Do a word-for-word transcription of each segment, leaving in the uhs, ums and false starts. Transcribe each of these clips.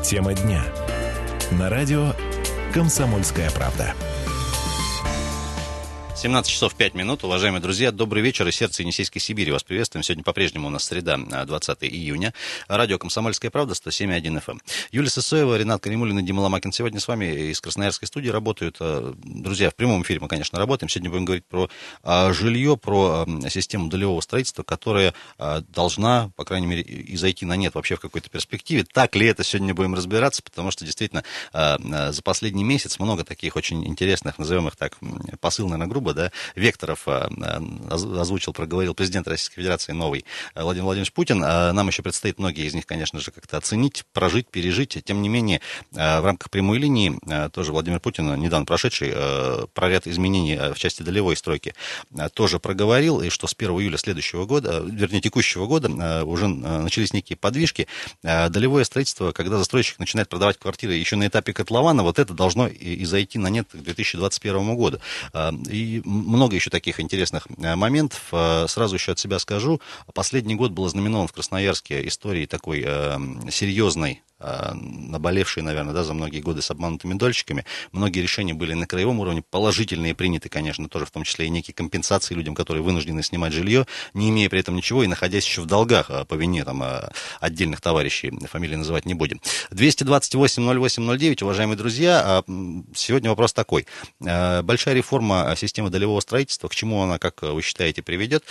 Тема дня. На радио «Комсомольская правда». семнадцать часов пять минут. Уважаемые друзья, добрый вечер. Из сердца Енисейской Сибири вас приветствуем. Сегодня по-прежнему у нас среда, двадцатое июня. Радио «Комсомольская правда», сто семь и один эф эм. Юлия Сысоева, Ренат Каримуллин и Дима Ломакин сегодня с вами из Красноярской студии работают. Друзья, в прямом эфире мы, конечно, работаем. Сегодня будем говорить про жилье, про систему долевого строительства, которая должна, по крайней мере, и зайти на нет вообще в какой-то перспективе. Так ли это, сегодня будем разбираться, потому что действительно за последний месяц много таких очень интересных, назовем их так, посыл, наверное, грубо, да, векторов озвучил, проговорил президент Российской Федерации новый Владимир Владимирович Путин. Нам еще предстоит многие из них, конечно же, как-то оценить, прожить, пережить. Тем не менее, в рамках прямой линии тоже Владимир Путин, недавно прошедший, про ряд изменений в части долевой стройки тоже проговорил, и что с первого июля следующего года, вернее, текущего года уже начались некие подвижки. Долевое строительство, когда застройщик начинает продавать квартиры еще на этапе котлована, вот это должно и зайти на нет к две тысячи двадцать первому году. И много еще таких интересных моментов. Сразу еще от себя скажу. Последний год был ознаменован в Красноярске историей такой э, серьезной, наболевшие, наверное, да, за многие годы с обманутыми дольщиками. Многие решения были на краевом уровне, положительные приняты, конечно, тоже в том числе и некие компенсации людям, которые вынуждены снимать жилье, не имея при этом ничего и находясь еще в долгах по вине там, отдельных товарищей, фамилии называть не будем. двести двадцать восемь ноль восемь ноль девять, уважаемые друзья, сегодня вопрос такой. Большая реформа системы долевого строительства, к чему она, как вы считаете, приведет?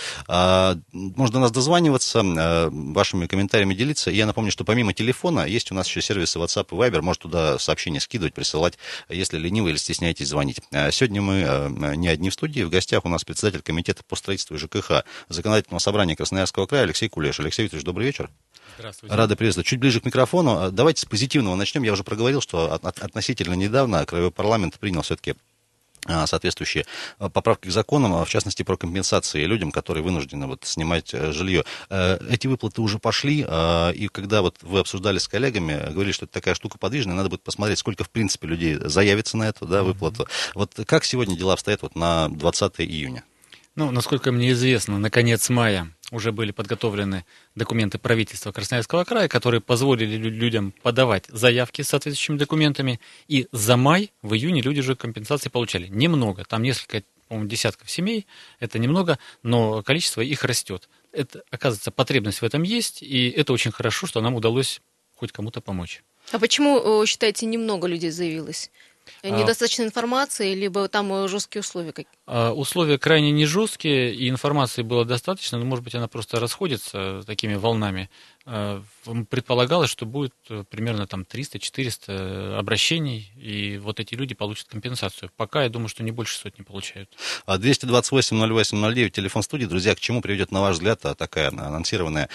Можно до нас дозваниваться, вашими комментариями делиться. Я напомню, что помимо телефона есть у нас У нас еще сервисы WhatsApp и Viber, может туда сообщения скидывать, присылать, если ленивы или стесняетесь звонить. Сегодня мы не одни в студии, в гостях у нас председатель комитета по строительству и ЖКХ Законодательного собрания Красноярского края Алексей Кулеш. Алексей Викторович, добрый вечер. Здравствуйте. Рады приветствовать. Чуть ближе к микрофону. Давайте с позитивного начнем. Я уже проговорил, что относительно недавно Краевой парламент принял все-таки соответствующие поправки к законам, в частности, про компенсации людям, которые вынуждены вот снимать жилье. Эти выплаты уже пошли, и когда вот вы обсуждали с коллегами, говорили, что это такая штука подвижная, надо будет посмотреть, сколько, в принципе, людей заявится на эту, да, выплату. Mm-hmm. Вот как сегодня дела обстоят вот на двадцатое июня? Ну, насколько мне известно, на конец мая уже были подготовлены документы правительства Красноярского края, которые позволили людям подавать заявки с соответствующими документами. И за май, в июне, люди уже компенсации получали. Немного, там несколько, по-моему, десятков семей, это немного, но количество их растет. Это, оказывается, потребность в этом есть, и это очень хорошо, что нам удалось хоть кому-то помочь. А почему, считаете, немного людей заявилось? Недостаточно информации, либо там жесткие условия какие-то? Условия крайне не жесткие, и информации было достаточно, но, может быть, она просто расходится такими волнами. Предполагалось, что будет примерно там триста-четыреста обращений, и вот эти люди получат компенсацию. Пока, я думаю, что не больше сотни получают. двести двадцать восемь ноль восемь ноль девять, телефон студии. Друзья, к чему приведет, на ваш взгляд, такая анонсированная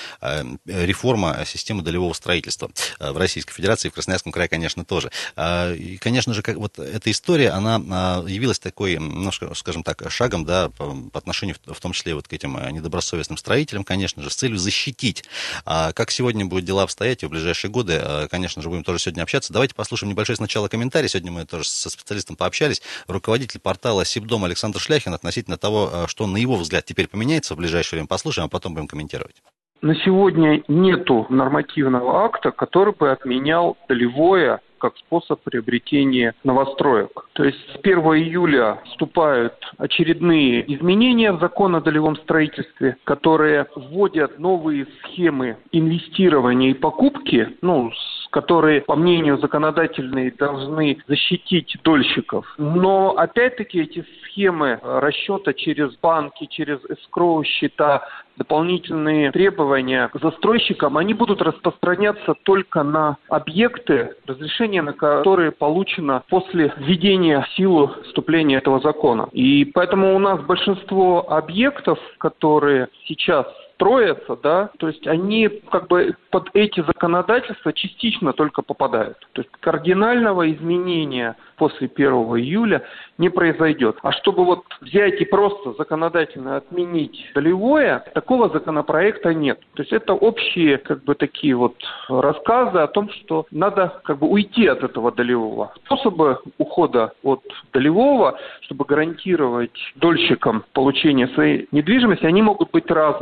реформа системы долевого строительства в Российской Федерации, в Красноярском крае, конечно, тоже. И, конечно же, как вот эта история, она явилась такой, ну, скажем так, шагом, да, по, по отношению, в том числе, вот к этим недобросовестным строителям, конечно же, с целью защитить. Как сегодня будут дела обстоять, и в ближайшие годы, конечно же, будем тоже сегодня общаться. Давайте послушаем небольшой сначала комментарий. Сегодня мы тоже со специалистом пообщались. Руководитель портала Сибдом Александр Шляхин относительно того, что, на его взгляд, теперь поменяется в ближайшее время. Послушаем, а потом будем комментировать. На сегодня нету нормативного акта, который бы отменял долевое как способ приобретения новостроек. То есть с первого июля вступают очередные изменения в закон о долевом строительстве, которые вводят новые схемы инвестирования и покупки, ну, которые, по мнению законодательной, должны защитить дольщиков. Но, опять-таки, эти схемы расчета через банки, через эскроу-счета, дополнительные требования к застройщикам, они будут распространяться только на объекты, разрешение на которые получено после введения в силу вступления этого закона. И поэтому у нас большинство объектов, которые сейчас строятся, да, то есть они как бы под эти законодательства частично только попадают. То есть кардинального изменения после первого июля не произойдет. А чтобы вот взять и просто законодательно отменить долевое, такого законопроекта нет. То есть это общие как бы такие вот рассказы о том, что надо как бы уйти от этого долевого. Способы ухода от долевого, чтобы гарантировать дольщикам получение своей недвижимости, они могут быть разные. В том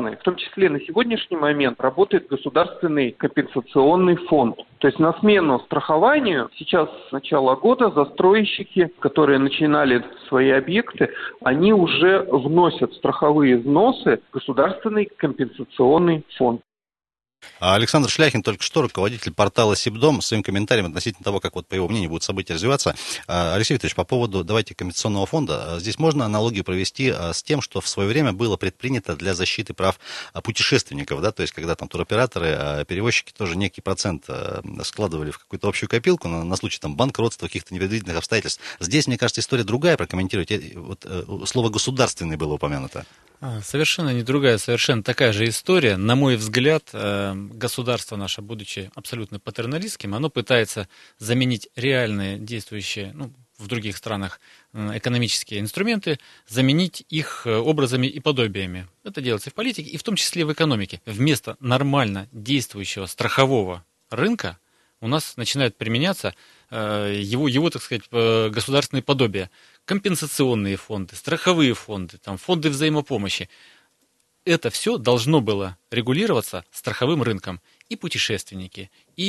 числе на сегодняшний момент работает государственный компенсационный фонд. То есть на смену страхованию сейчас с начала года застройщики, которые начинали свои объекты, они уже вносят страховые взносы в государственный компенсационный фонд. Александр Шляхин, только что руководитель портала Сибдом, с своим комментарием относительно того, как, вот, по его мнению, будут события развиваться. Алексей Викторович, по поводу, давайте, компенсационного фонда, здесь можно аналогию провести с тем, что в свое время было предпринято для защиты прав путешественников, да, то есть, когда там туроператоры, перевозчики тоже некий процент складывали в какую-то общую копилку на, на случай там банкротства, каких-то непредвиденных обстоятельств. Здесь, мне кажется, история другая, прокомментируйте. Вот, слово «государственный» было упомянуто. Совершенно не другая, совершенно такая же история. На мой взгляд, государство наше, будучи абсолютно патерналистским, оно пытается заменить реальные действующие, ну, в других странах экономические инструменты, заменить их образами и подобиями. Это делается и в политике, и в том числе в экономике. Вместо нормально действующего страхового рынка у нас начинают применяться его, его, так сказать, государственные подобия. Компенсационные фонды, страховые фонды, там, фонды взаимопомощи. Это все должно было регулироваться страховым рынком. И путешественники,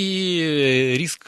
и риск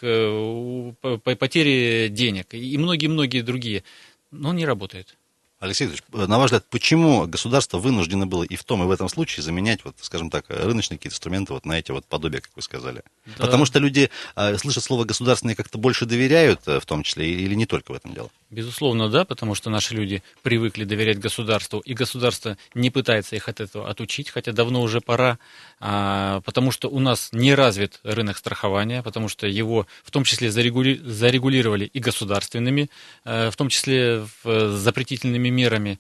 потери денег, и многие-многие другие. Но он не работает. Алексей Викторович, на ваш взгляд, почему государство вынуждено было и в том, и в этом случае заменять, вот, скажем так, рыночные какие-то инструменты вот на эти вот подобия, как вы сказали? Да. Потому что люди э, слышат слово «государственные» как-то больше доверяют, э, в том числе, или не только в этом дело? Безусловно, да, потому что наши люди привыкли доверять государству, и государство не пытается их от этого отучить, хотя давно уже пора, а, потому что у нас не развит рынок страхования, потому что его в том числе зарегули... зарегулировали и государственными, а, в том числе в, запретительными мерами.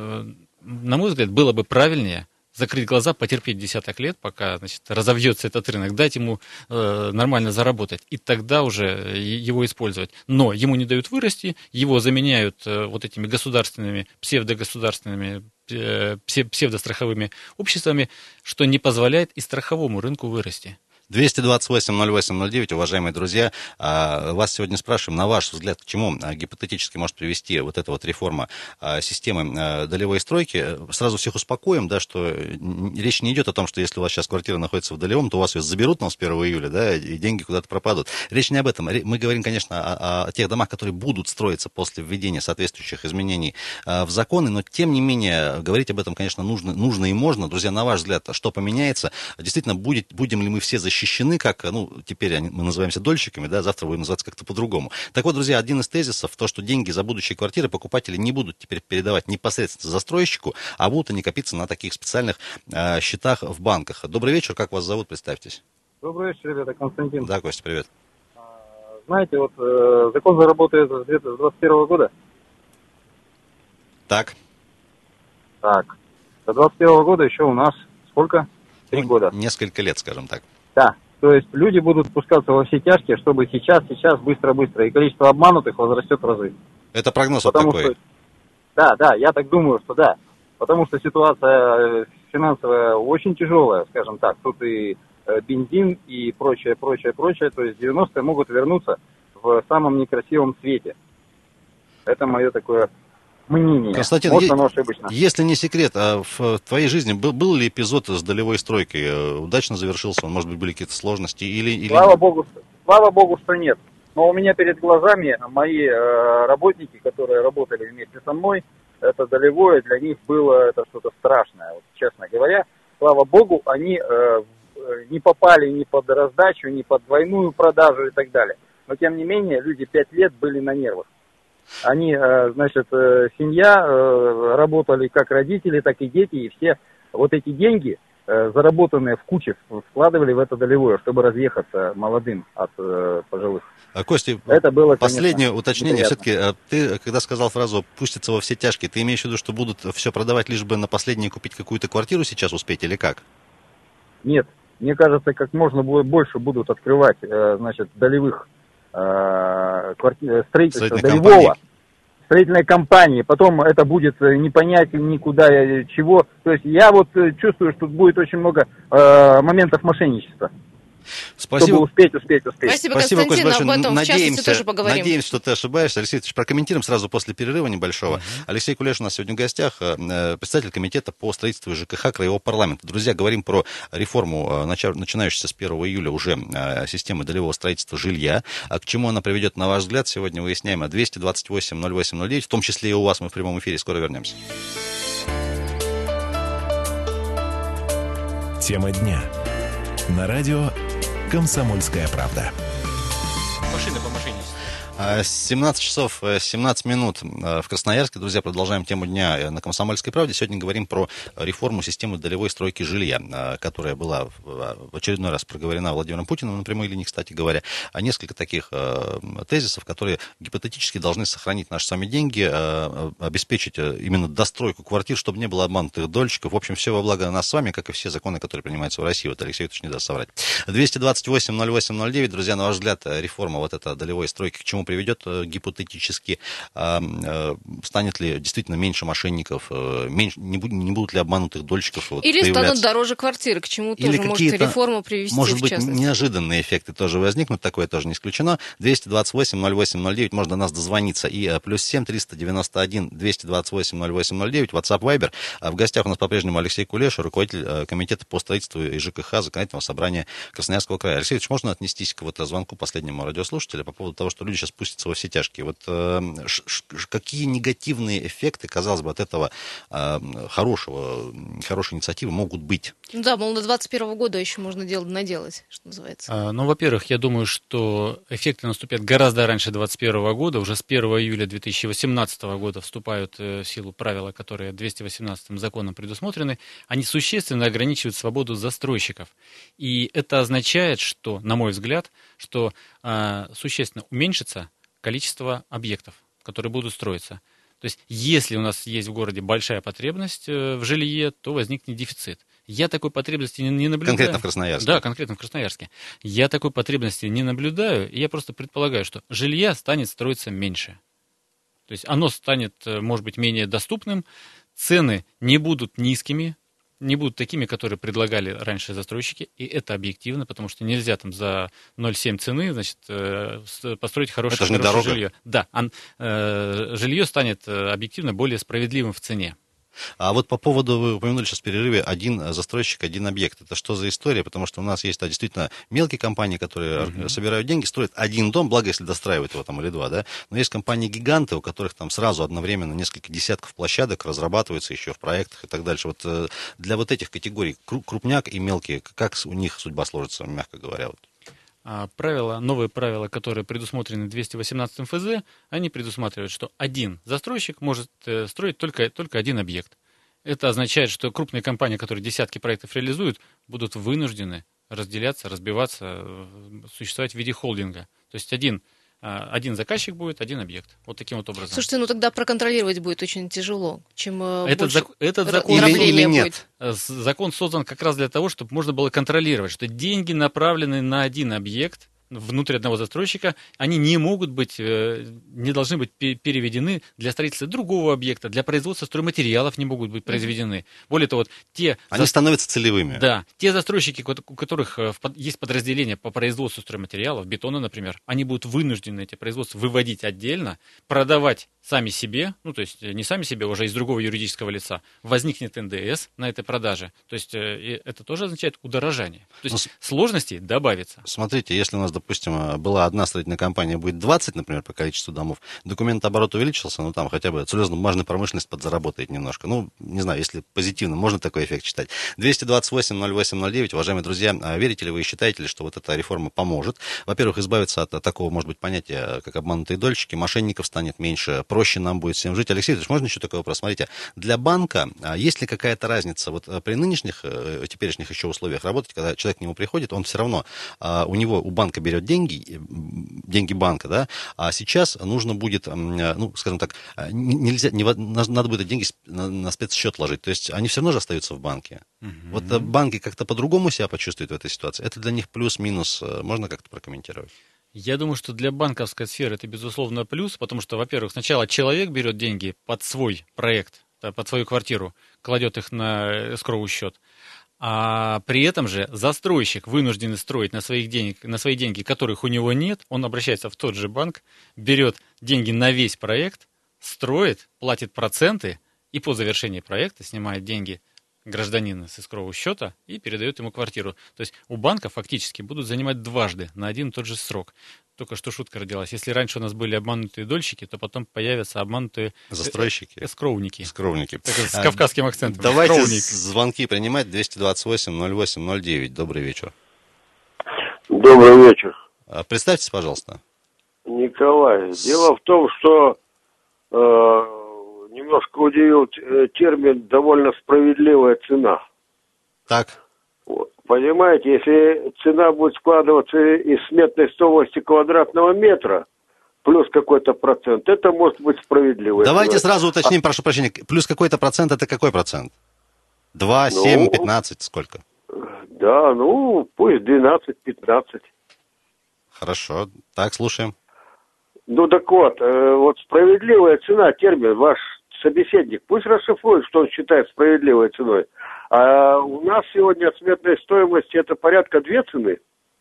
На мой взгляд, было бы правильнее закрыть глаза, потерпеть десяток лет, пока, значит, разовьется этот рынок, дать ему э, нормально заработать, и тогда уже его использовать. Но ему не дают вырасти, его заменяют э, вот этими государственными, псевдогосударственными, э, псевдостраховыми обществами, что не позволяет и страховому рынку вырасти. двести двадцать восемь ноль восемь ноль девять, уважаемые друзья, вас сегодня спрашиваем, на ваш взгляд, к чему гипотетически может привести вот эта вот реформа системы долевой стройки. Сразу всех успокоим, да, что речь не идет о том, что если у вас сейчас квартира находится в долевом, то у вас ее заберут нам с первого июля, да, и деньги куда-то пропадут. Речь не об этом. Мы говорим, конечно, о, о тех домах, которые будут строиться после введения соответствующих изменений в законы, но тем не менее говорить об этом, конечно, нужно, нужно и можно. Друзья, на ваш взгляд, что поменяется? Действительно, будет, будем ли мы все защищены? защищены, как, ну, теперь мы называемся дольщиками, да, завтра будем называться как-то по-другому. Так вот, друзья, один из тезисов, то, что деньги за будущие квартиры покупатели не будут теперь передавать непосредственно застройщику, а будут они копиться на таких специальных э, счетах в банках. Добрый вечер, как вас зовут, представьтесь. Добрый вечер, ребята, Константин. Да, Костя, привет. Знаете, вот э, закон заработает с двадцать первого года. Так. Так, до двадцать первого года еще у нас сколько? Три ну, года. Несколько лет, скажем так. Да, то есть люди будут спускаться во все тяжкие, чтобы сейчас, сейчас, быстро-быстро, и количество обманутых возрастет в разы. Это прогноз Потому вот такой? Что, да, да, я так думаю, что да. Потому что ситуация финансовая очень тяжелая, скажем так. Тут и бензин, и прочее, прочее, прочее. То есть девяностые могут вернуться в самом некрасивом свете. Это мое такое... мнение. Константин, Может, оно ошибочно. Если не секрет, а в твоей жизни был, был ли эпизод с долевой стройкой? Удачно завершился он? Может быть, были какие-то сложности? Или, или... Слава Богу, слава Богу, что нет. Но у меня перед глазами мои э, работники, которые работали вместе со мной, это долевое, для них было это что-то страшное, вот, честно говоря. Слава Богу, они э, не попали ни под раздачу, ни под двойную продажу и так далее. Но, тем не менее, люди пять лет были на нервах. Они, значит, семья, работали как родители, так и дети, и все вот эти деньги, заработанные в куче, вкладывали в это долевое, чтобы разъехаться молодым от пожилых. Костя, это было, последнее конечно, уточнение. неприятно. Все-таки ты, когда сказал фразу «пуститься во все тяжкие», ты имеешь в виду, что будут все продавать, лишь бы на последнее купить какую-то квартиру сейчас успеть, или как? Нет, мне кажется, как можно больше будут открывать, значит, долевых квартир, строительства долевого, компании. Строительной компании, потом это будет не понять никуда чего. То есть я вот чувствую, что тут будет очень много э, моментов мошенничества. Спасибо. Чтобы успеть, успеть, успеть. Спасибо, Спасибо, Константин, Кость, об большое. этом в частности Надеемся, тоже поговорим. надеемся, что ты ошибаешься. Алексей Ильич, прокомментируем сразу после перерыва небольшого. Uh-huh. Алексей Кулеш у нас сегодня в гостях, председатель комитета по строительству и ЖКХ Краевого парламента. Друзья, говорим про реформу, начинающуюся с первого июля уже системы долевого строительства жилья. А к чему она приведет, на ваш взгляд, сегодня выясняем. двести двадцать восемь ноль восемь ноль девять, в том числе и у вас, мы в прямом эфире, скоро вернемся. Тема дня. На радио «Комсомольская правда». Машина по машине. семнадцать часов семнадцать минут в Красноярске. Друзья, продолжаем тему дня на «Комсомольской правде». Сегодня говорим про реформу системы долевой стройки жилья, которая была в очередной раз проговорена Владимиром Путиным на прямой линии, кстати говоря. Несколько таких тезисов, которые гипотетически должны сохранить наши с вами деньги, обеспечить именно достройку квартир, чтобы не было обманутых дольщиков. В общем, все во благо нас с вами, как и все законы, которые принимаются в России. Вот Алексей Викторович не даст соврать. двести двадцать восемь ноль восемь ноль девять. Друзья, на ваш взгляд, реформа вот этой долевой стройки к чему приведет гипотетически, станет ли действительно меньше мошенников, меньше, не, будут, не будут ли обманутых дольщиков вот, Или появляться? станут дороже квартиры, к чему Или тоже может реформа привести, может в быть, частности. неожиданные эффекты тоже возникнут, такое тоже не исключено. двести двадцать восемь ноль восемь ноль девять, можно до нас дозвониться, и плюс семь триста девяносто один двести двадцать восемь ноль восемь ноль девять, WhatsApp, Viber. В гостях у нас по-прежнему Алексей Кулеш, руководитель комитета по строительству и ЖКХ Законодательного собрания Красноярского края. Алексей Ильич, можно отнестись к вот звонку последнему радиослушателя по поводу того, что люди сейчас спустятся во все тяжкие? Вот э, ш, ш, какие негативные эффекты, казалось бы, от этого э, хорошего, хорошей инициативы могут быть? Ну да, мол, до двадцать первого года еще можно делать, наделать, что называется. А, ну, во-первых, я думаю, что эффекты наступят гораздо раньше двадцать первого года. Уже с первого июля две тысячи восемнадцатого года вступают в силу правила, которые двести восемнадцатым законом предусмотрены. Они существенно ограничивают свободу застройщиков. И это означает, что, на мой взгляд, что а, существенно уменьшится количество объектов, которые будут строиться. То есть, если у нас есть в городе большая потребность в жилье, то возникнет дефицит. Я такой потребности не, не наблюдаю. Конкретно в Красноярске? Да, конкретно в Красноярске. Я такой потребности не наблюдаю, и я просто предполагаю, что жилья станет строиться меньше. То есть, оно станет, может быть, менее доступным, цены не будут низкими, не будут такими, которые предлагали раньше застройщики, и это объективно, потому что нельзя там за ноль целых семь десятых цены, значит, построить хорошее, это же хорошее недорого. жилье. Да, он, э, жилье станет объективно более справедливым в цене. А вот по поводу, вы упомянули сейчас в перерыве, один застройщик, один объект. Это что за история? Потому что у нас есть да, действительно мелкие компании, которые uh-huh. собирают деньги, строят один дом, благо если достраивают его там или два, да. Но есть компании-гиганты, у которых там сразу одновременно несколько десятков площадок разрабатываются еще в проектах и так дальше. Вот для вот этих категорий, крупняк и мелкие, как у них судьба сложится, мягко говоря? Вот. Правила, новые правила, которые предусмотрены двести восемнадцатым эф зэ, они предусматривают, что один застройщик может строить только, только один объект. Это означает, что крупные компании, которые десятки проектов реализуют, будут вынуждены разделяться, разбиваться, существовать в виде холдинга. То есть один, один заказчик будет, один объект. Вот таким вот образом. Слушайте, ну тогда проконтролировать будет очень тяжело, чем этот больше зак, этот закон или, или нет. Будет. Закон создан как раз для того, чтобы можно было контролировать, что деньги, направленные на один объект, внутрь одного застройщика, они не могут быть, не должны быть переведены для строительства другого объекта, для производства стройматериалов не могут быть произведены. Более того, те... Они за... становятся целевыми. Да. Те застройщики, у которых есть подразделения по производству стройматериалов, бетона, например, они будут вынуждены эти производства выводить отдельно, продавать сами себе, ну, то есть не сами себе, уже из другого юридического лица, возникнет эн дэ эс на этой продаже. То есть это тоже означает удорожание. То есть ну, сложностей добавится. Смотрите, если у нас, допустим, была одна строительная компания, будет двадцать, например, по количеству домов, документооборот увеличился, ну, там хотя бы целлюлозно-бумажная промышленность подзаработает немножко. Ну, не знаю, если позитивно, можно такой эффект считать. двести двадцать восемь ноль восемь ноль девять, уважаемые друзья, верите ли вы и считаете ли, что вот эта реформа поможет? Во-первых, избавиться от такого, может быть, понятия, как обманутые дольщики, мошенников станет меньше, проще нам будет всем жить. Алексей Ильич, можно еще такой вопрос? Смотрите, для банка есть ли какая-то разница вот при нынешних, теперешних еще условиях работать, когда человек к нему приходит, он все равно, у него, у банка берет деньги, деньги банка, да, а сейчас нужно будет, ну, скажем так, нельзя, не, надо будет деньги на, на спецсчет ложить, то есть они все равно же остаются в банке. Uh-huh. Вот банки как-то по-другому себя почувствуют в этой ситуации. Это для них плюс-минус, можно как-то прокомментировать? Я думаю, что для банковской сферы это, безусловно, плюс, потому что, во-первых, сначала человек берет деньги под свой проект, под свою квартиру, кладет их на эскроу счет, А при этом же застройщик вынужден строить на, своих денег, на свои деньги, которых у него нет, он обращается в тот же банк, берет деньги на весь проект, строит, платит проценты и по завершении проекта снимает деньги гражданина с эскроу счета и передает ему квартиру. То есть у банка фактически будут занимать дважды на один и тот же срок. Только что шутка родилась. Если раньше у нас были обманутые дольщики, то потом появятся обманутые застройщики, эскроуники. Эскроуники. Так, с кавказским акцентом. Давайте Эскроуник. звонки принимать. двести двадцать восемь ноль восемь ноль девять. Добрый вечер. Добрый вечер. Представьтесь, пожалуйста. Николай. Дело в том, что э, немножко удивил термин «довольно справедливая цена». Так. Вот. Понимаете, если цена будет складываться из сметной стоимости квадратного метра, плюс какой-то процент, это может быть справедливо. Давайте сразу уточним, а... прошу прощения, плюс какой-то процент, это какой процент? два, ну, семь, пятнадцать, сколько? Да, ну, пусть двенадцать-пятнадцать. Хорошо, так, слушаем. Ну, так вот, э, вот справедливая цена, термин, ваш собеседник, пусть расшифрует, что он считает справедливой ценой. А у нас сегодня от сметной стоимости это порядка две цены.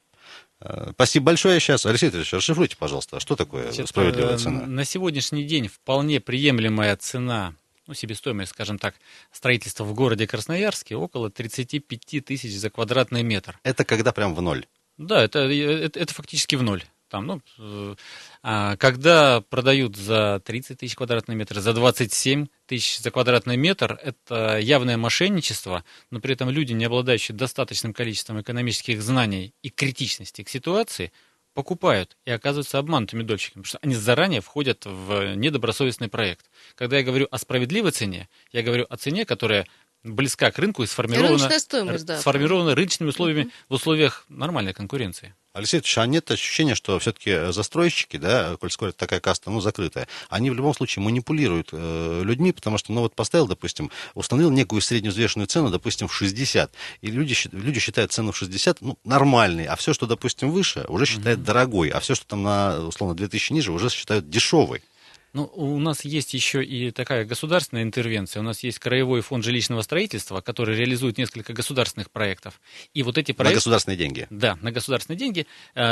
Спасибо большое. Сейчас, Алексей Викторович, расшифруйте, пожалуйста, что такое Значит, справедливая цена? На сегодняшний день вполне приемлемая цена, ну, себестоимость, скажем так, строительства в городе Красноярске около тридцать пять тысяч за квадратный метр. Это когда прям в ноль? Да, это, это, это фактически в ноль. Там, ну, а, когда продают за тридцать тысяч квадратный метр, за двадцать семь тысяч за квадратный метр, это явное мошенничество, но при этом люди, не обладающие достаточным количеством экономических знаний и критичности к ситуации, покупают и оказываются обманутыми дольщиками, потому что они заранее входят в недобросовестный проект. Когда я говорю о справедливой цене, я говорю о цене, которая близка к рынку и сформирована, да, сформирована рыночными условиями mm-hmm. в условиях нормальной конкуренции. Алексей Ильич, а нет ощущения, что все-таки застройщики, да, коль скоро такая каста, ну, закрытая, они в любом случае манипулируют э, людьми, потому что, ну, вот поставил, допустим, установил некую средневзвешенную цену, допустим, в шестьдесят, и люди, люди считают цену в шестьдесят, ну, нормальной, а все, что, допустим, выше, уже считают mm-hmm. дорогой, а все, что там на, условно, две тысячи ниже, уже считают дешевой. Ну, у нас есть еще и такая государственная интервенция. У нас есть Краевой фонд жилищного строительства, который реализует несколько государственных проектов. И вот эти проекты... На государственные деньги? Да, на государственные деньги.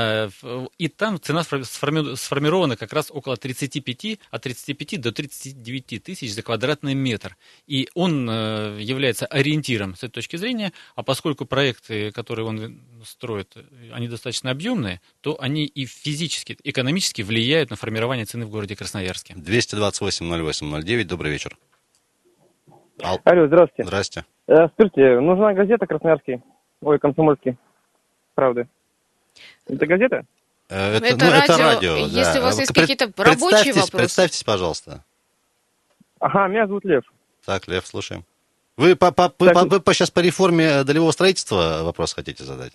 И там цена сформирована как раз около тридцати пяти, от тридцати пяти до тридцати девяти тысяч за квадратный метр. И он является ориентиром с этой точки зрения. А поскольку проекты, которые он строит, они достаточно объемные, то они и физически, экономически влияют на формирование цены в городе Красноярске. двести двадцать восемь ноль восемь ноль девять, добрый вечер. Ал... Алло, здравствуйте. Здрасте. Э, скажите, нужна газета «Красноярский», ой, «Комсомольский», правда. Это газета? Э, это, это, ну, радио. это радио, Если да. у вас есть Пред... какие-то рабочие вопросы. Представьтесь, пожалуйста. Ага, меня зовут Лев. Так, Лев, слушаем. Вы, по, по, так... по, вы по, сейчас по реформе долевого строительства вопрос хотите задать?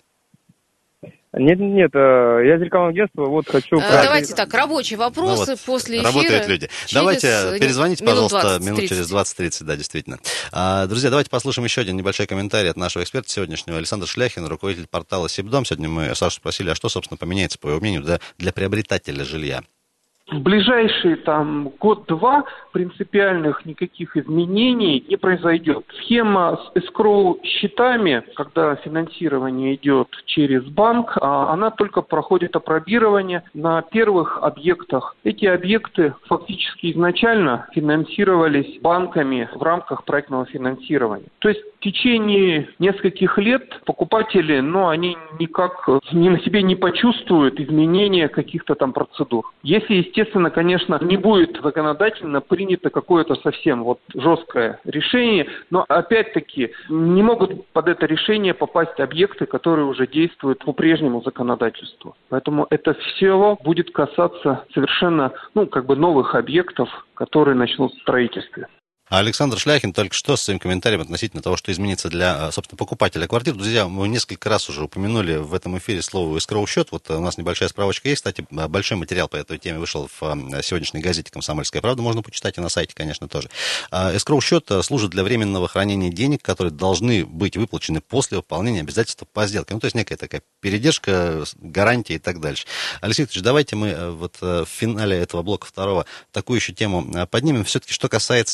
Нет, нет, я из рекламного агентства, вот хочу... А, давайте так, рабочие вопросы ну, вот, после эфира. Работают люди. Давайте перезвоните, пожалуйста, минут через двадцать-тридцать, да, действительно. А, друзья, давайте послушаем еще один небольшой комментарий от нашего эксперта сегодняшнего, Александр Шляхин, руководитель портала Сибдом. Сегодня мы Сашу спросили, а что, собственно, поменяется, по его мнению, да, для приобретателя жилья? В ближайшие там год-два принципиальных никаких изменений не произойдет. Схема с эскроу-счетами, когда финансирование идет через банк, она только проходит апробирование на первых объектах. Эти объекты фактически изначально финансировались банками в рамках проектного финансирования. То есть в течение нескольких лет покупатели, ну, они никак ни на себе не почувствуют изменения каких-то там процедур. Если, естественно, конечно, не будет законодательно принято какое-то совсем вот жесткое решение, но опять-таки не могут под это решение попасть объекты, которые уже действуют по прежнему законодательству. Поэтому это все будет касаться совершенно, ну, как бы новых объектов, которые начнут строительство. Александр Шляхин только что с своим комментарием относительно того, что изменится для, собственно, покупателя квартир. Друзья, мы несколько раз уже упомянули в этом эфире слово «эскроу-счет». Вот у нас небольшая справочка есть. Кстати, большой материал по этой теме вышел в сегодняшней газете «Комсомольская правда». Можно почитать и на сайте, конечно, тоже. Эскроу-счет служит для временного хранения денег, которые должны быть выплачены после выполнения обязательств по сделке. Ну, то есть некая такая передержка, гарантия и так дальше. Алексей Викторович, давайте мы вот в финале этого блока второго такую еще тему поднимем. Все-таки, что касается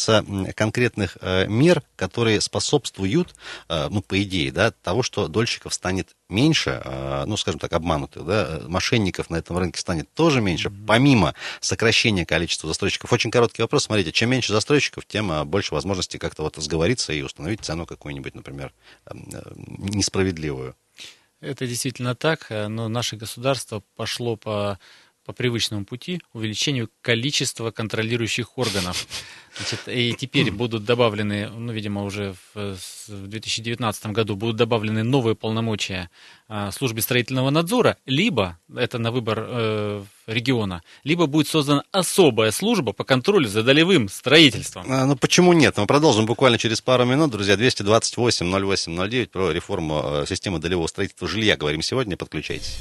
конкретных мер, которые способствуют, ну, по идее, да, того, что дольщиков станет меньше, ну, скажем так, обманутых, да, мошенников на этом рынке станет тоже меньше, помимо сокращения количества застройщиков. Очень короткий вопрос. Смотрите, чем меньше застройщиков, тем больше возможностей как-то вот сговориться и установить цену какую-нибудь, например, несправедливую. Это действительно так, но наше государство пошло по, по привычному пути увеличению количества контролирующих органов. Значит, и теперь будут добавлены, ну, видимо, уже в, в две тысячи девятнадцатом году будут добавлены новые полномочия а, службе строительного надзора, либо, это на выбор э, региона, либо будет создана особая служба по контролю за долевым строительством. А, ну, почему нет? Мы продолжим буквально через пару минут, друзья. двести двадцать восемь ноль восемь ноль девять про реформу системы долевого строительства жилья говорим сегодня. Подключайтесь.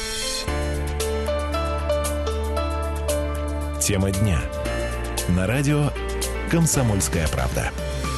Тема дня. На радио «Комсомольская правда».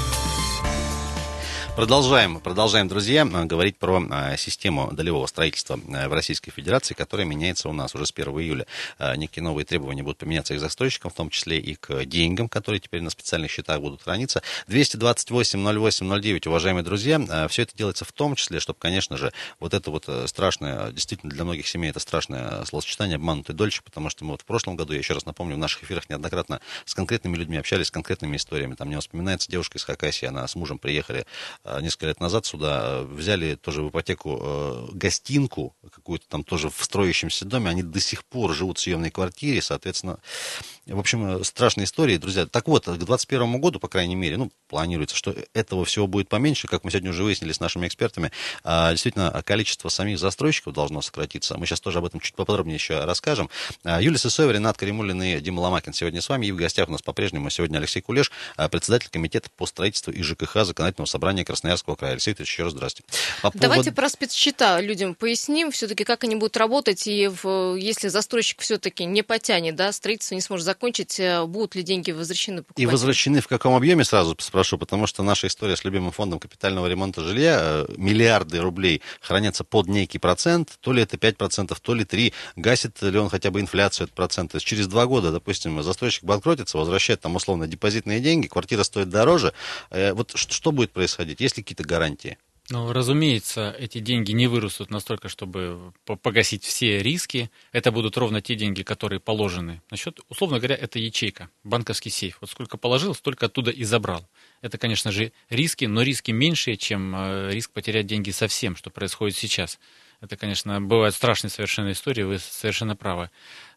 Продолжаем, продолжаем, друзья, говорить про а, систему долевого строительства в Российской Федерации, которая меняется у нас уже с первого июля. А, некие новые требования будут поменяться и к застройщикам, в том числе и к деньгам, которые теперь на специальных счетах будут храниться. двести двадцать восемь ноль восемь ноль девять, уважаемые друзья, а, все это делается в том числе, чтобы, конечно же, вот это вот страшное, действительно для многих семей это страшное словосочетание «обманутый дольщик», потому что мы вот в прошлом году, я еще раз напомню, в наших эфирах неоднократно с конкретными людьми общались, с конкретными историями. Там мне вспоминается девушка из Хакасии, она с мужем приехали несколько лет назад сюда, взяли тоже в ипотеку э, гостинку, какую-то там тоже в строящемся доме, они до сих пор живут в съемной квартире, соответственно, в общем, страшные истории, друзья. Так вот, к двадцать первому году, по крайней мере, ну, планируется, что этого всего будет поменьше, как мы сегодня уже выяснили с нашими экспертами, а, действительно, количество самих застройщиков должно сократиться. Мы сейчас тоже об этом чуть поподробнее еще расскажем. А, Юлия Сысоева, Ренат Каримуллин и Дима Ломакин сегодня с вами, и в гостях у нас по-прежнему сегодня Алексей Кулеш, председатель комитета по строительству и ЖКХ Законодательного собрания Красноярского края. Алексей Викторович, еще раз здравствуйте. По Давайте поводу... про спецсчета людям поясним, все-таки как они будут работать, и в, если застройщик все-таки не потянет, да, строительство не сможет закончить, будут ли деньги возвращены покупателю? И возвращены в каком объеме, сразу спрошу, потому что наша история с любимым фондом капитального ремонта жилья, миллиарды рублей хранятся под некий процент, то ли это пять процентов, то ли три процента, гасит ли он хотя бы инфляцию этот процент. То есть через два года, допустим, застройщик банкротится, возвращает там условно депозитные деньги, квартира стоит дороже. Вот что будет происходить? Есть ли какие-то гарантии? Ну, разумеется, эти деньги не вырастут настолько, чтобы погасить все риски. Это будут ровно те деньги, которые положены. Насчет, условно говоря, это ячейка, банковский сейф. Вот сколько положил, столько оттуда и забрал. Это, конечно же, риски, но риски меньшие, чем риск потерять деньги совсем, что происходит сейчас. Это, конечно, бывают страшные совершенно истории, вы совершенно правы.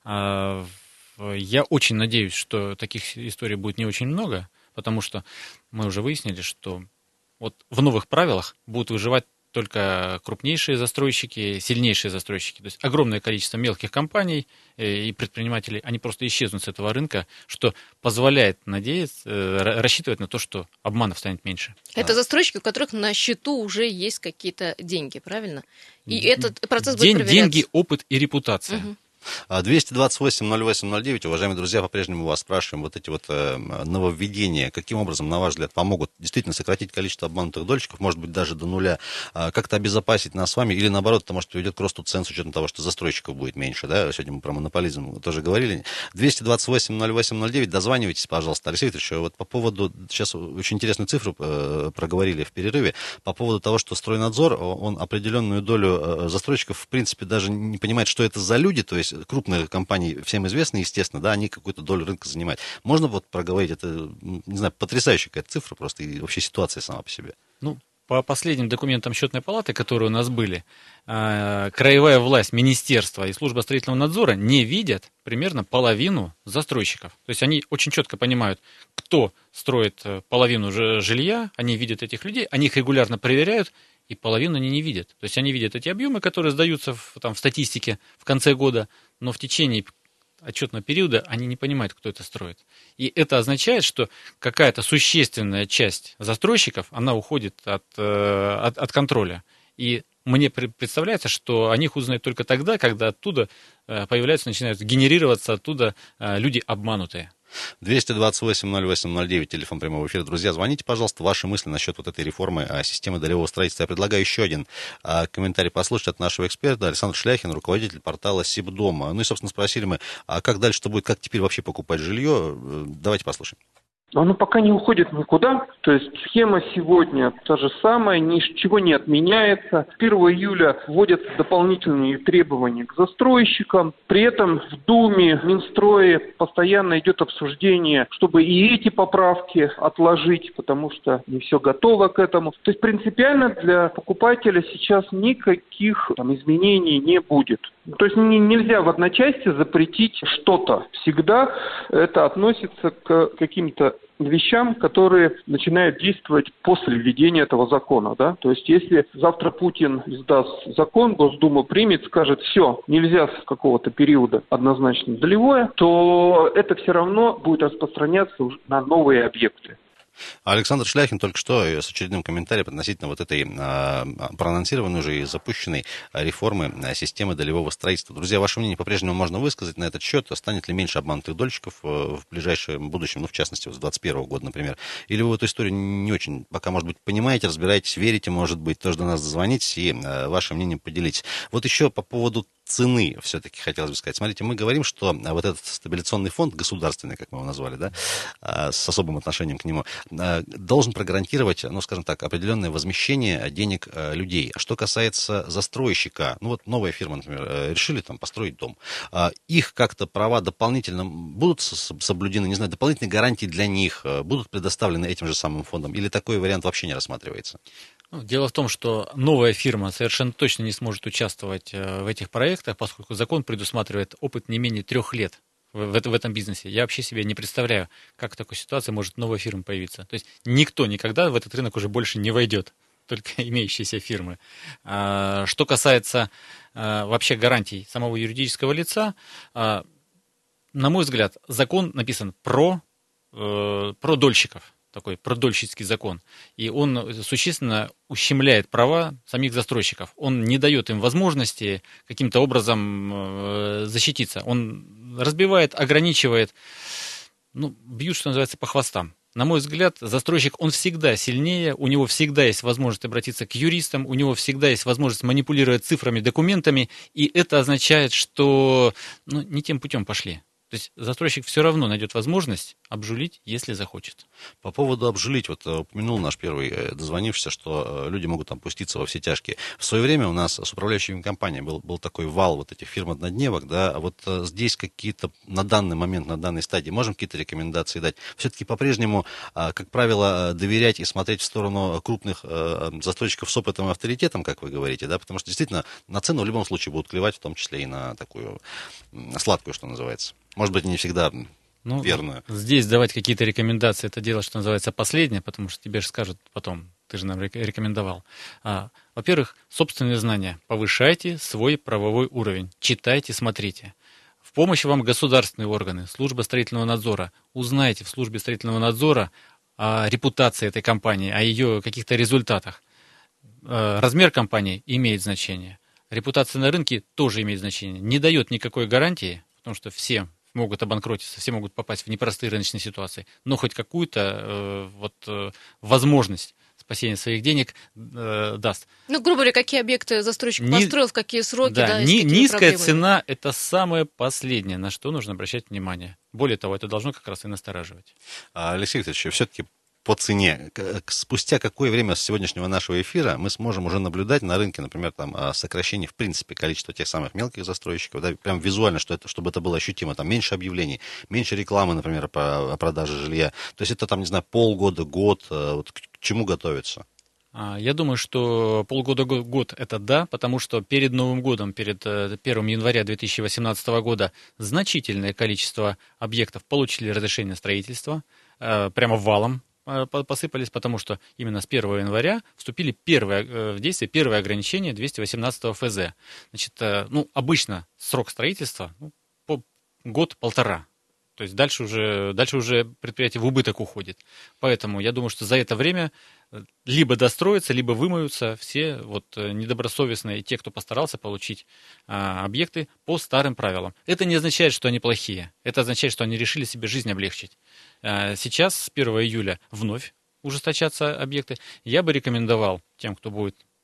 Я очень надеюсь, что таких историй будет не очень много, потому что мы уже выяснили, что вот в новых правилах будут выживать только крупнейшие застройщики, сильнейшие застройщики. То есть огромное количество мелких компаний и предпринимателей, они просто исчезнут с этого рынка, что позволяет надеяться, рассчитывать на то, что обманов станет меньше. Это застройщики, у которых на счету уже есть какие-то деньги, правильно? И этот процесс будет проверяться. Деньги, опыт и репутация. Угу. двести двадцать восемь ноль восемь ноль девять, уважаемые друзья, по-прежнему вас спрашиваем, вот эти вот э, нововведения, каким образом, на ваш взгляд, помогут действительно сократить количество обманутых дольщиков, может быть, даже до нуля, э, как-то обезопасить нас с вами, или наоборот, это, может, приведет к росту цен с учетом того, что застройщиков будет меньше, да, сегодня мы про монополизм тоже говорили. двести двадцать восемь ноль восемь ноль девять, дозванивайтесь, пожалуйста. Алексей Викторович, вот по поводу, сейчас очень интересную цифру э, проговорили в перерыве, по поводу того, что Стройнадзор, он определенную долю э, застройщиков, в принципе, даже не понимает, что это за люди, то есть крупные компании, всем известно, естественно, да, они какую-то долю рынка занимают. Можно вот проговорить, это, не знаю, потрясающая какая-то цифра просто, и вообще ситуация сама по себе. Ну, по последним документам счетной палаты, которые у нас были, краевая власть, министерство и служба строительного надзора не видят примерно половину застройщиков. То есть они очень четко понимают, кто строит половину жилья, они видят этих людей, они их регулярно проверяют, и половину они не видят. То есть они видят эти объемы, которые сдаются в, там, в статистике в конце года, но в течение отчетного периода они не понимают, кто это строит. И это означает, что какая-то существенная часть застройщиков, она уходит от, от, от контроля. И мне представляется, что о них узнают только тогда, когда оттуда появляются, начинают генерироваться оттуда люди обманутые. двести двадцать восемь ноль восемь ноль девять, телефон прямого эфира. Друзья, звоните, пожалуйста, ваши мысли насчет вот этой реформы а, системы долевого строительства. Я предлагаю еще один а, комментарий послушать от нашего эксперта Александр Шляхин, руководитель портала Сибдом. Ну и, собственно, спросили мы, а как дальше-то будет, как теперь вообще покупать жилье? Давайте послушаем. Оно пока не уходит никуда, то есть схема сегодня та же самая, ничего не отменяется. С первого июля вводятся дополнительные требования к застройщикам. При этом в Думе, в Минстрое постоянно идет обсуждение, чтобы и эти поправки отложить, потому что не все готово к этому. То есть принципиально для покупателя сейчас никаких там изменений не будет. То есть не, нельзя в одночасье запретить что-то. Всегда это относится к каким-то вещам, которые начинают действовать после введения этого закона. Да? То есть если завтра Путин издаст закон, Госдума примет, скажет, все, нельзя с какого-то периода однозначно долевое, то это все равно будет распространяться уже на новые объекты. Александр Шляхин только что с очередным комментарием относительно вот этой а, проанонсированной уже и запущенной реформы системы долевого строительства. Друзья, ваше мнение по-прежнему можно высказать на этот счет. Станет ли меньше обманутых дольщиков в ближайшем будущем, ну, в частности, вот с двадцать первого года, например? Или вы в эту историю не очень пока, может быть, понимаете, разбираетесь, верите, может быть, тоже до нас дозвонитесь и а, ваше мнение поделитесь. Вот еще по поводу цены все-таки хотелось бы сказать. Смотрите, мы говорим, что вот этот стабилизационный фонд, государственный, как мы его назвали, да, с особым отношением к нему, должен прогарантировать, ну, скажем так, определенное возмещение денег людей. Что касается застройщика, ну, вот новая фирма, например, решили там построить дом. Их как-то права дополнительно будут соблюдены, не знаю, дополнительные гарантии для них будут предоставлены этим же самым фондом? Или такой вариант вообще не рассматривается? Дело в том, что новая фирма совершенно точно не сможет участвовать в этих проектах, поскольку закон предусматривает опыт не менее трех лет в, в этом бизнесе. Я вообще себе не представляю, как в такой ситуации может новая фирма появиться. То есть никто никогда в этот рынок уже больше не войдет, только имеющиеся фирмы. Что касается вообще гарантий самого юридического лица, на мой взгляд, закон написан про, про дольщиков. Такой продольщицкий закон, и он существенно ущемляет права самих застройщиков. Он не дает им возможности каким-то образом защититься. Он разбивает, ограничивает, ну, бьют, что называется, по хвостам. На мой взгляд, застройщик, он всегда сильнее, у него всегда есть возможность обратиться к юристам, у него всегда есть возможность манипулировать цифрами, документами, и это означает, что, ну, не тем путем пошли. То есть застройщик все равно найдет возможность обжулить, если захочет. По поводу обжулить, вот упомянул наш первый дозвонившийся, что люди могут там пуститься во все тяжкие. В свое время у нас с управляющими компаниями был, был такой вал вот этих фирм-однодневок, да, а вот здесь какие-то на данный момент, на данной стадии можем какие-то рекомендации дать? Все-таки по-прежнему, как правило, доверять и смотреть в сторону крупных застройщиков с опытом и авторитетом, как вы говорите, да, потому что действительно на цену в любом случае будут клевать, в том числе и на такую сладкую, что называется. Может быть, не всегда ну, верную. Здесь давать какие-то рекомендации, это дело, что называется, последнее, потому что тебе же скажут потом, ты же нам рекомендовал. А, во-первых, собственные знания. Повышайте свой правовой уровень. Читайте, смотрите. В помощь вам государственные органы, служба строительного надзора. Узнайте в службе строительного надзора о репутации этой компании, о ее каких-то результатах. А, размер компании имеет значение. Репутация на рынке тоже имеет значение. Не дает никакой гарантии, потому что все могут обанкротиться, все могут попасть в непростые рыночные ситуации, но хоть какую-то э, вот, э, возможность спасения своих денег э, даст. Ну, грубо говоря, какие объекты застройщик Ни... построил, в какие сроки, да, да, ни... и с какими Низкая проблемами. цена – это самое последнее, на что нужно обращать внимание. Более того, это должно как раз и настораживать. Алексей Викторович, все-таки по цене. Спустя какое время с сегодняшнего нашего эфира мы сможем уже наблюдать на рынке, например, там, сокращение, в принципе, количества тех самых мелких застройщиков, да, прям визуально, что это, чтобы это было ощутимо, там, меньше объявлений, меньше рекламы, например, по продаже жилья. То есть это, там, не знаю, полгода, год, вот к чему готовиться? Я думаю, что полгода-год это да, потому что перед Новым годом, перед первого января две тысячи восемнадцатого года значительное количество объектов получили разрешение на строительство, прямо валом посыпались, потому что именно с первого января вступили первые, в действие первые ограничения двести восемнадцатого эф зэ. Значит, ну, обычно срок строительства ну, по год-полтора. То есть дальше уже, дальше уже предприятие в убыток уходит. Поэтому я думаю, что за это время либо достроятся, либо вымоются все вот недобросовестные, те, кто постарался получить а, объекты по старым правилам. Это не означает, что они плохие. Это означает, что они решили себе жизнь облегчить. А, сейчас, с первого июля, вновь ужесточатся объекты. Я бы рекомендовал тем, кто будет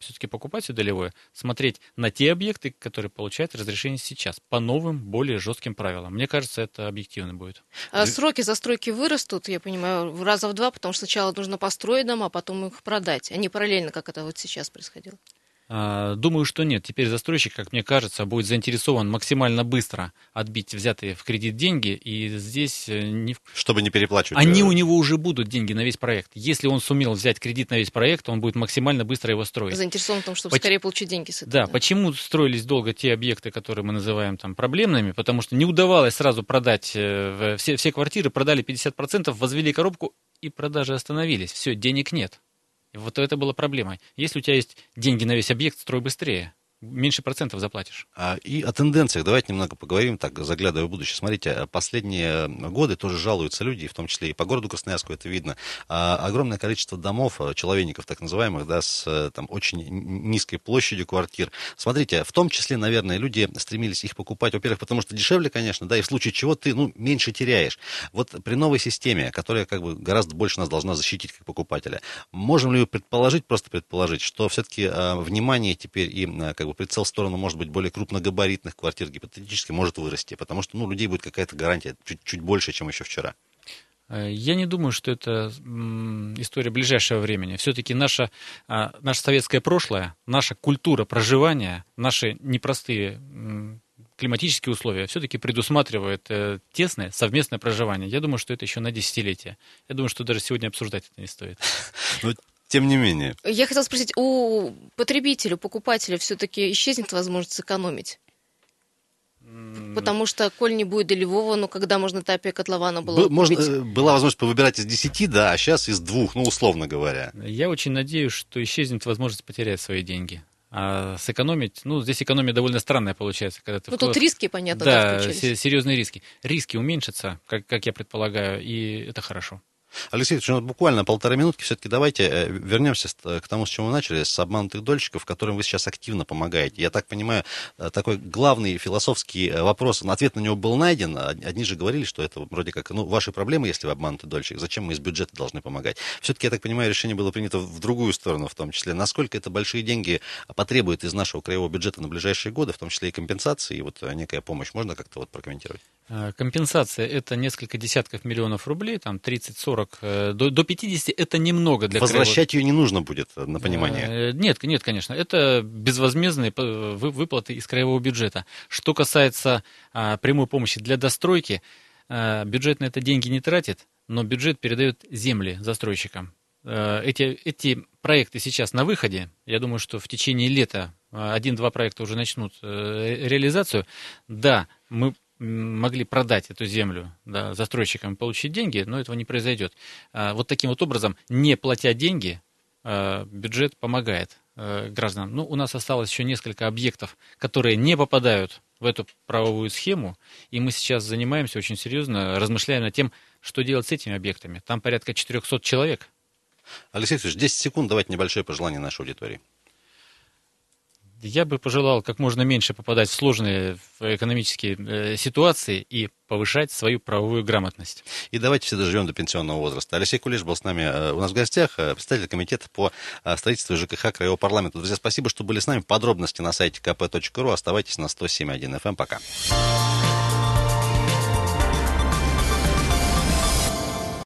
все-таки покупать все долевое, смотреть на те объекты, которые получают разрешение сейчас, по новым, более жестким правилам. Мне кажется, это объективно будет. А сроки застройки вырастут, я понимаю, в раза в два, потому что сначала нужно построить дома, а потом их продать, а не параллельно, как это вот сейчас происходило. Думаю, что нет. Теперь застройщик, как мне кажется, будет заинтересован максимально быстро отбить взятые в кредит деньги, и здесь... Не... Чтобы не переплачивать. Они у него уже будут, деньги на весь проект. Если он сумел взять кредит на весь проект, он будет максимально быстро его строить. Заинтересован в том, чтобы Поч... скорее получить деньги с этого. Да, да, почему строились долго те объекты, которые мы называем там проблемными? Потому что не удавалось сразу продать э, все, все квартиры, продали пятьдесят процентов, возвели коробку, и продажи остановились. Все, денег нет. Вот это была проблема. Если у тебя есть деньги на весь объект, строй быстрее. Меньше процентов заплатишь. И о тенденциях давайте немного поговорим, так, заглядывая в будущее. Смотрите, последние годы тоже жалуются люди, в том числе и по городу Красноярску это видно. Огромное количество домов, человейников так называемых, да, с там, очень низкой площадью квартир. Смотрите, в том числе, наверное, люди стремились их покупать, во-первых, потому что дешевле, конечно, да, и в случае чего ты, ну, меньше теряешь. Вот при новой системе, которая как бы гораздо больше нас должна защитить как покупателя, можем ли предположить, просто предположить, что все-таки э, внимание теперь и э, как бы прицел в сторону, может быть, более крупногабаритных квартир гипотетически может вырасти, потому что, ну, у людей будет какая-то гарантия чуть, чуть больше, чем еще вчера. Я не думаю, что это история ближайшего времени. Все-таки наше, наше советское прошлое, наша культура проживания, наши непростые климатические условия все-таки предусматривают тесное совместное проживание. Я думаю, что это еще на десятилетия. Я думаю, что даже сегодня обсуждать это не стоит. Тем не менее. Я хотела спросить, у потребителя, у покупателя все-таки исчезнет возможность сэкономить? Потому что, коль не будет долевого, ну, когда можно тапе котлована было Был, можно, купить? Была возможность повыбирать из десяти, да, а сейчас из двух, ну, условно говоря. Я очень надеюсь, что исчезнет возможность потерять свои деньги. А сэкономить, ну, здесь экономия довольно странная получается. Когда ты ну, вклад... тут риски, понятно, да, да, серьезные риски. Риски уменьшатся, как, как я предполагаю, и это хорошо. Алексей Ильич, ну, буквально полторы минутки, все-таки давайте вернемся к тому, с чего мы начали, с обманутых дольщиков, которым вы сейчас активно помогаете. Я так понимаю, такой главный философский вопрос, ответ на него был найден. Одни же говорили, что это вроде как, ну, ваши проблемы, если вы обманутый дольщик, зачем мы из бюджета должны помогать? Все-таки, я так понимаю, решение было принято в другую сторону, в том числе. Насколько это большие деньги потребует из нашего краевого бюджета на ближайшие годы, в том числе и компенсации, и вот некая помощь, можно как-то вот прокомментировать? Компенсация – это несколько десятков миллионов рублей, там тридцать-сорок, до, до пятидесяти – это немного для Возвращать краевого... ее не нужно будет, на понимание? Нет, нет, конечно. Это безвозмездные выплаты из краевого бюджета. Что касается а, прямой помощи для достройки, а, бюджет на это деньги не тратит, но бюджет передает земли застройщикам. А, эти, эти проекты сейчас на выходе. Я думаю, что в течение лета один-два проекта уже начнут а, реализацию. Да, мы могли продать эту землю, да, застройщикам и получить деньги, но этого не произойдет. Вот таким вот образом, не платя деньги, бюджет помогает гражданам. Ну, у нас осталось еще несколько объектов, которые не попадают в эту правовую схему, и мы сейчас занимаемся очень серьезно, размышляем над тем, что делать с этими объектами. Там порядка четыреста человек. Алексей Алексеевич, десять секунд, давайте небольшое пожелание нашей аудитории. Я бы пожелал как можно меньше попадать в сложные экономические э, ситуации и повышать свою правовую грамотность. И давайте все доживем до пенсионного возраста. Алексей Кулиш был с нами э, у нас в гостях, э, представитель комитета по э, строительству ЖКХ Краевого парламента. Друзья, спасибо, что были с нами. Подробности на сайте ка пэ точка ру. Оставайтесь на сто семь и один эф эм. Пока.